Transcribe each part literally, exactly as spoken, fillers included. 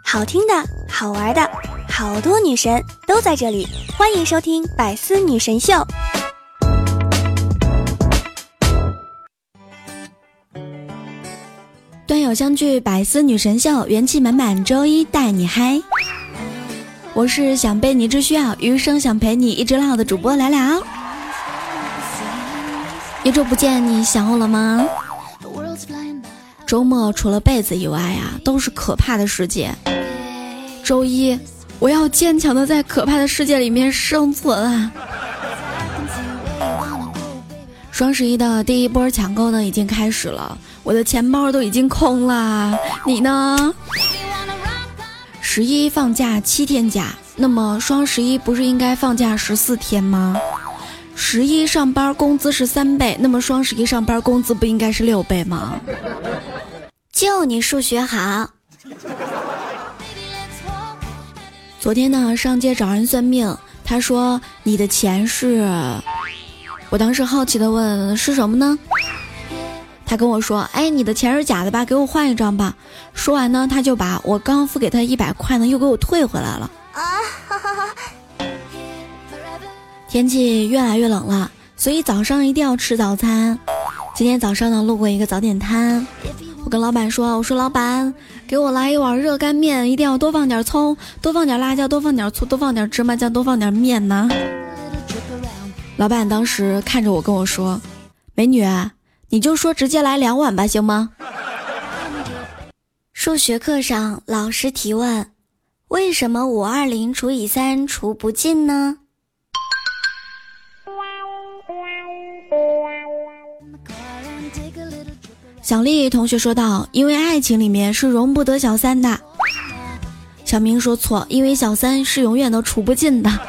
好听的，好玩的，好多女神都在这里，欢迎收听百思女神秀。端友相聚，百思女神秀，元气满满，周一带你嗨。我是想被你只需要，余生想陪你一直唠的主播聊聊。一周不见，你想我了吗？周末除了被子以外啊，都是可怕的世界。周一，我要坚强的在可怕的世界里面生存啊！双十一的第一波抢购呢已经开始了，我的钱包都已经空了，你呢？十一放假七天假，那么双十一不是应该放假十四天吗？十一上班工资是三倍，那么双十一上班工资不应该是六倍吗？就你数学好。昨天呢，上街找人算命，他说你的钱是……我当时好奇的问是什么呢？他跟我说，哎，你的钱是假的吧，给我换一张吧。说完呢，他就把我刚付给他一百块呢又给我退回来了。啊哈哈哈。天气越来越冷了，所以早上一定要吃早餐。今天早上呢，路过一个早点摊，我跟老板说，我说老板，给我来一碗热干面，一定要多放点葱，多放点辣椒，多放点醋，多放点芝麻酱，多放点面呢。老板当时看着我跟我说，美女，你就说直接来两碗吧，行吗？数学课上老师提问，为什么五二零除以三除不尽呢？小丽同学说道，因为爱情里面是容不得小三的。小明说错，因为小三是永远都除不尽的。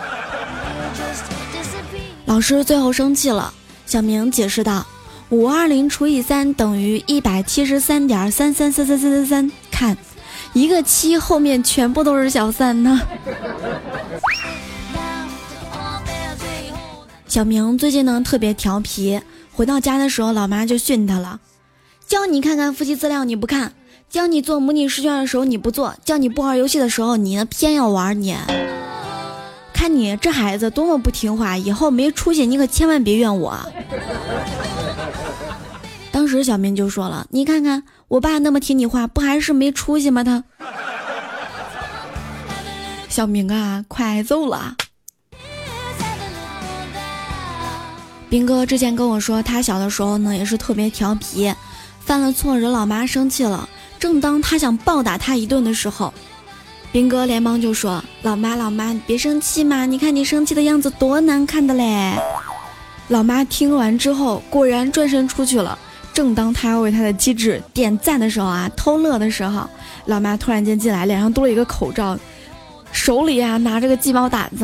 老师最后生气了，小明解释道，五二零除以三等于一百七十三点三三三三三三三，看一个七后面全部都是小三呢。小明最近呢特别调皮，回到家的时候老妈就训他了，教你看看复习资料你不看，教你做模拟试卷的时候你不做，教你不玩游戏的时候你呢偏要玩，你看你这孩子多么不听话，以后没出息你可千万别怨我。当时小明就说了，你看看我爸那么听你话，不还是没出息吗他？小明啊，快挨揍了。斌哥之前跟我说，他小的时候呢也是特别调皮，犯了错惹老妈生气了，正当他想暴打他一顿的时候，斌哥连忙就说，老妈老妈你别生气嘛，你看你生气的样子多难看的嘞。老妈听完之后果然转身出去了，正当他要为他的机智点赞的时候啊，偷乐的时候，老妈突然间进来，脸上多了一个口罩，手里啊拿着个鸡毛掸子，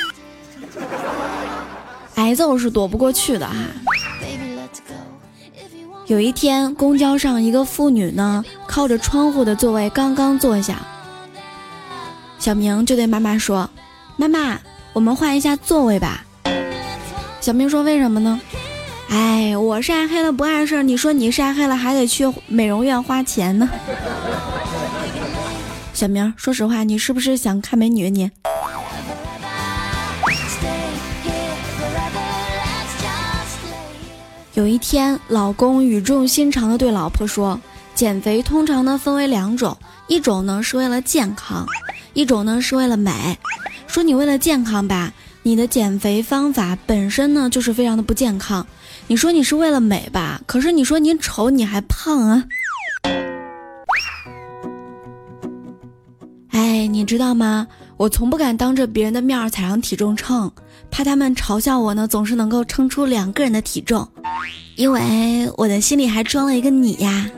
挨揍是躲不过去的哈。有一天公交上一个妇女呢靠着窗户的座位刚刚坐下，小明就对妈妈说，妈妈我们换一下座位吧。小明说为什么呢？哎，我晒黑了不碍事，你说你晒黑了还得去美容院花钱呢。小明说实话，你是不是想看美女你？有一天老公语重心长地对老婆说，减肥通常呢分为两种，一种呢是为了健康，一种呢是为了美。说你为了健康吧，你的减肥方法本身呢就是非常的不健康，你说你是为了美吧，可是你说你丑你还胖啊。哎，你知道吗，我从不敢当着别人的面踩上体重秤，怕他们嘲笑我呢总是能够称出两个人的体重，因为我的心里还装了一个你呀。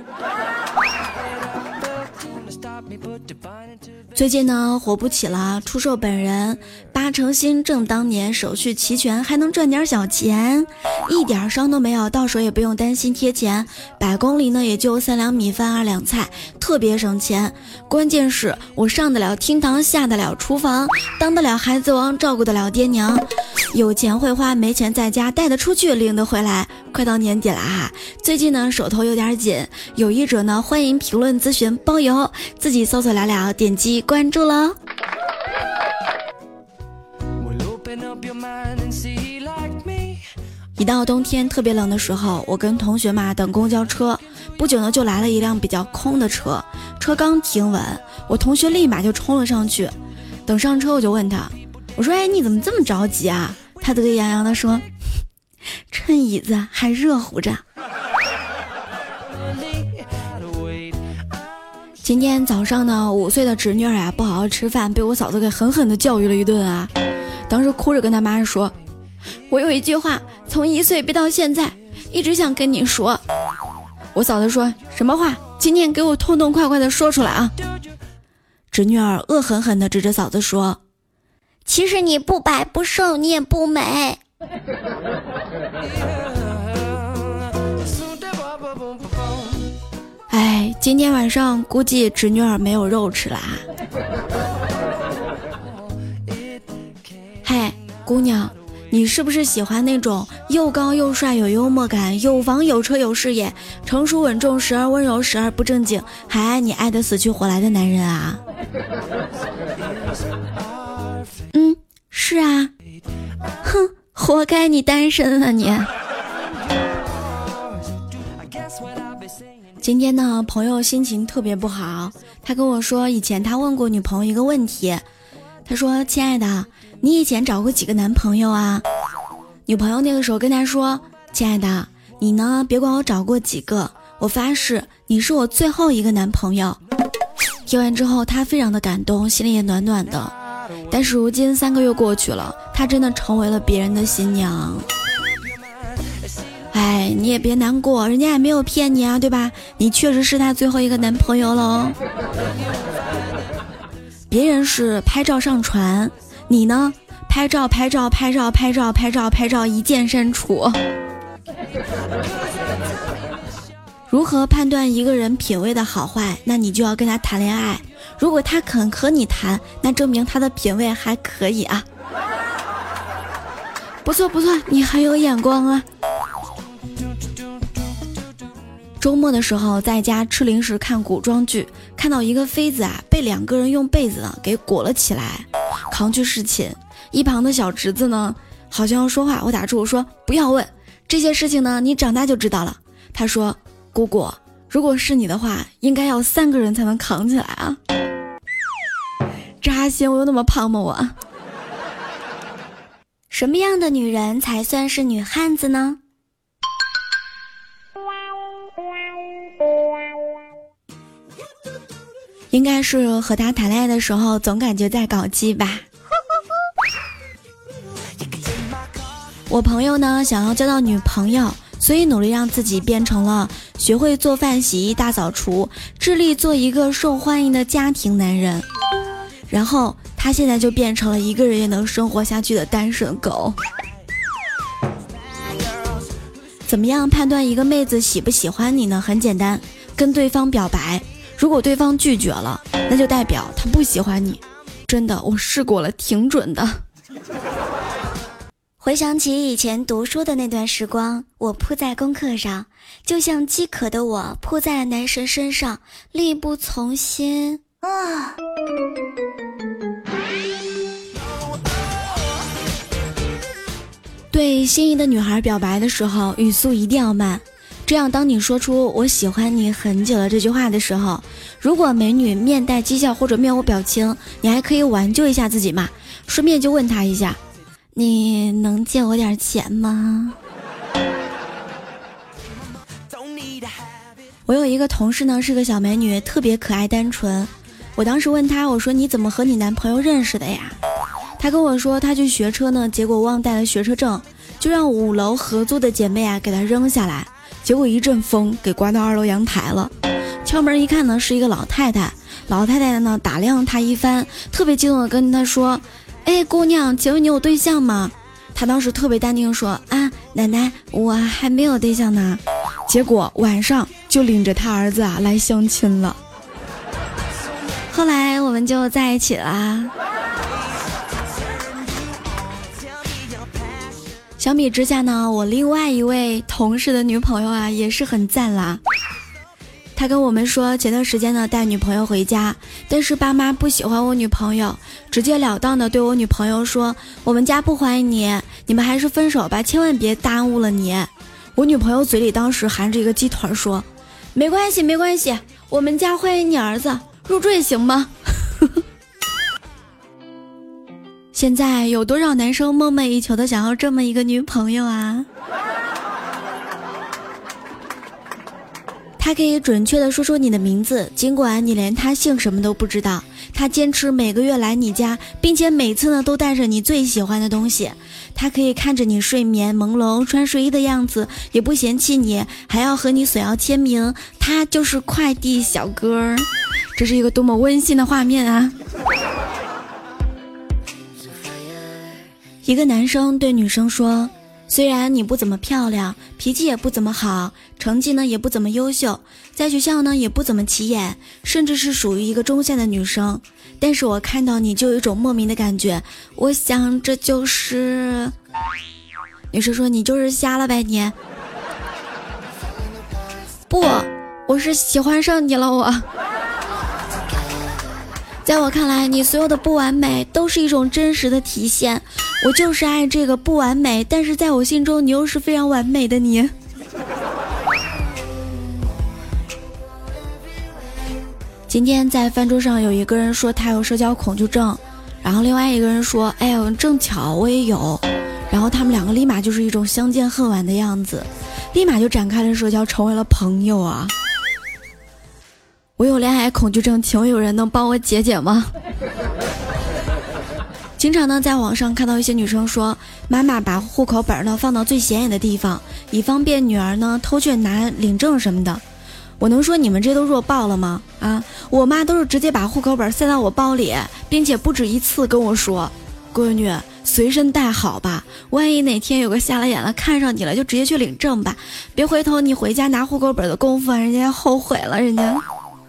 最近呢火不起了，出售本人，八成新正当年，手续齐全，还能赚点小钱，一点伤都没有，到手也不用担心贴钱，百公里呢也就三两米饭二两菜，特特别省钱，关键是我上得了厅堂，下得了厨房，当得了孩子王，照顾得了爹娘。有钱会花，没钱在家，带得出去，领得回来。快到年底了哈，最近呢手头有点紧，有意者呢欢迎评论咨询，包邮，自己搜索聊聊，点击关注了。一到冬天特别冷的时候，我跟同学嘛等公交车，不久呢就来了一辆比较空的车，车刚停稳，我同学立马就冲了上去。等上车我就问他，我说哎你怎么这么着急啊？他得意洋洋地说，趁椅子还热乎着。今天早上呢，五岁的侄女儿啊不好好吃饭，被我嫂子给狠狠地教育了一顿啊。当时哭着跟他妈说，我有一句话从一岁憋到现在，一直想跟你说。我嫂子说，什么话？今天给我痛痛快快地说出来啊！侄女儿恶狠狠地指着嫂子说，其实你不白不瘦，你也不美。哎，今天晚上估计侄女儿没有肉吃啦。嘿，姑娘，你是不是喜欢那种又高又帅有幽默感，有房有车有事业，成熟稳重，时而温柔时而不正经，还爱你爱得死去活来的男人啊？嗯，是啊。哼，活该你单身啊你。今天呢，朋友心情特别不好，他跟我说以前他问过女朋友一个问题，他说，亲爱的，你以前找过几个男朋友啊？女朋友那个时候跟他说，亲爱的，你呢别管我找过几个，我发誓你是我最后一个男朋友。听完之后他非常的感动，心里也暖暖的。但是如今三个月过去了，他真的成为了别人的新娘。哎，你也别难过，人家也没有骗你啊，对吧？你确实是他最后一个男朋友了。别人是拍照上传，你呢？拍照拍照拍照拍照拍照拍照一键删除。如何判断一个人品味的好坏？那你就要跟他谈恋爱，如果他肯和你谈，那证明他的品味还可以啊。不错不错，你很有眼光啊。周末的时候在家吃零食看古装剧，看到一个妃子啊被两个人用被子呢给裹了起来，扛去侍寝。一旁的小侄子呢好像要说话，我打住，我说不要问这些事情呢，你长大就知道了。他说，姑姑，如果是你的话，应该要三个人才能扛起来啊。扎心，我有那么胖吗我？什么样的女人才算是女汉子呢？应该是和他谈恋爱的时候总感觉在搞基吧。我朋友呢想要交到女朋友，所以努力让自己变成了学会做饭洗衣大扫除，致力做一个受欢迎的家庭男人。然后他现在就变成了一个人也能生活下去的单身狗。怎么样判断一个妹子喜不喜欢你呢？很简单，跟对方表白，如果对方拒绝了，那就代表他不喜欢你。真的，我试过了，挺准的。回想起以前读书的那段时光，我扑在功课上，就像饥渴的我扑在了男神身上，力不从心啊。对心仪的女孩表白的时候，语速一定要慢，这样当你说出我喜欢你很久了这句话的时候，如果美女面带讥笑或者面无表情，你还可以挽救一下自己嘛，顺便就问她一下，你能借我点钱吗？我有一个同事呢，是个小美女，特别可爱单纯。我当时问她，我说你怎么和你男朋友认识的呀？她跟我说她去学车呢，结果忘带了学车证，就让五楼合租的姐妹啊给她扔下来，结果一阵风给刮到二楼阳台了。敲门一看呢，是一个老太太。老太太呢打量她一番，特别激动的跟她说，哎，姑娘，请问你有对象吗？她当时特别淡定说，啊，奶奶，我还没有对象呢。结果晚上就领着她儿子啊来相亲了。 后来我们就在一起啦。相比之下呢，我另外一位同事的女朋友啊也是很赞啦。他跟我们说，前段时间呢带女朋友回家，但是爸妈不喜欢我女朋友，直截了当的对我女朋友说，我们家不欢迎你，你们还是分手吧，千万别耽误了你。我女朋友嘴里当时含着一个鸡腿说，没关系没关系，我们家欢迎你儿子，入赘行吗？现在有多少男生梦寐以求的想要这么一个女朋友啊？他可以准确的说出你的名字，尽管你连他姓什么都不知道。他坚持每个月来你家，并且每次呢都带着你最喜欢的东西。他可以看着你睡眠朦胧穿睡衣的样子，也不嫌弃你，还要和你索要签名。他就是快递小哥，这是一个多么温馨的画面啊！一个男生对女生说，虽然你不怎么漂亮，脾气也不怎么好，成绩呢也不怎么优秀，在学校呢也不怎么起眼，甚至是属于一个中线的女生，但是我看到你就有一种莫名的感觉，我想这就是女生说，你就是瞎了呗你。不，我是喜欢上你了。我在我看来，你所有的不完美都是一种真实的体现，我就是爱这个不完美，但是在我心中你又是非常完美的你。今天在饭桌上有一个人说他有社交恐惧症，然后另外一个人说，哎呦正巧我也有，然后他们两个立马就是一种相见恨晚的样子，立马就展开了社交，成为了朋友啊。我有恋爱恐惧症，请问有人能帮我解解吗？经常呢在网上看到一些女生说，妈妈把户口本呢放到最显眼的地方，以方便女儿呢偷去拿领证什么的。我能说你们这都弱爆了吗？啊，我妈都是直接把户口本塞到我包里，并且不止一次跟我说，闺女随身带好吧，万一哪天有个瞎了眼了看上你了，就直接去领证吧，别回头你回家拿户口本的功夫人家后悔了人家。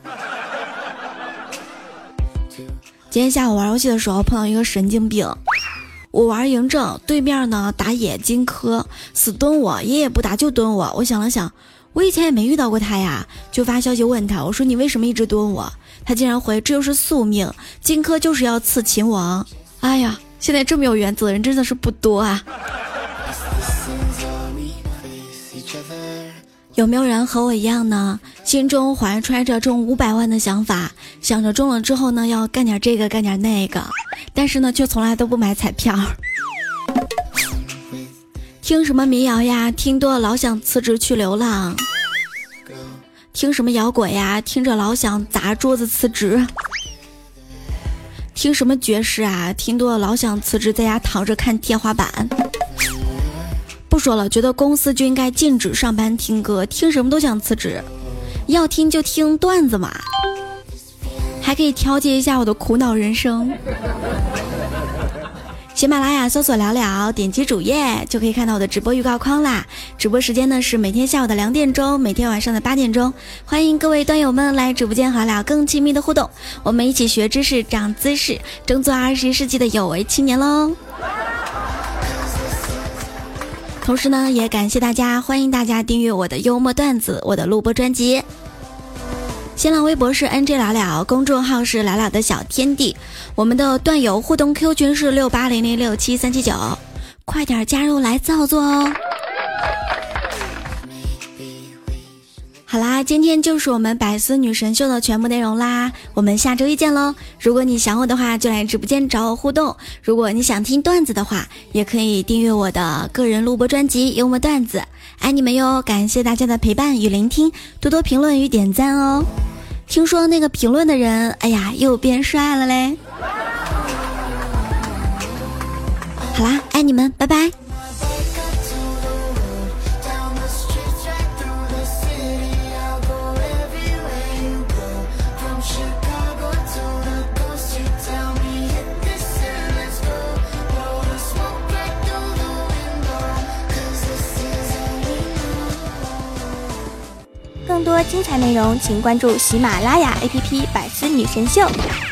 今天下午玩游戏的时候碰到一个神经病，我玩嬴政，对面呢打野荆轲，死蹲我，爷也不打就蹲我。我想了想，我以前也没遇到过他呀，就发消息问他，我说你为什么一直蹲我？他竟然回，这就是宿命，荆轲就是要刺秦王。哎呀，现在这么有原则的人真的是不多啊。有没有人和我一样呢？心中怀揣着中五百万的想法，想着中了之后呢要干点这个干点那个，但是呢却从来都不买彩票。听什么民谣呀，听多了老想辞职去流浪。听什么摇滚呀，听着老想砸桌子辞职。听什么爵士啊，听多了老想辞职在家躺着看天花板。不说了，觉得公司就应该禁止上班听歌，听什么都想辞职，要听就听段子嘛，还可以调节一下我的苦恼人生。喜马拉雅搜索聊聊，点击主页就可以看到我的直播预告框啦。直播时间呢是每天下午的两点钟，每天晚上的八点钟，欢迎各位端友们来直播间和聊更亲密的互动，我们一起学知识长姿势，争做二十一世纪的有为青年喽。同时呢也感谢大家，欢迎大家订阅我的幽默段子，我的录播专辑。新浪微博是 N J 聊聊，公众号是聊聊的小天地，我们的段友互动 Q 群是六八零零六七三七九，快点加入来造作哦。好啦，今天就是我们百思女神秀的全部内容啦，我们下周一见喽。如果你想我的话，就来直播间找我互动，如果你想听段子的话，也可以订阅我的个人录播专辑幽默段子，爱你们哟，感谢大家的陪伴与聆听，多多评论与点赞哦。听说那个评论的人，哎呀又变帅了嘞。好啦，爱你们，拜拜。 更多精彩内容，请关注喜马拉雅 A P P 百思女神秀。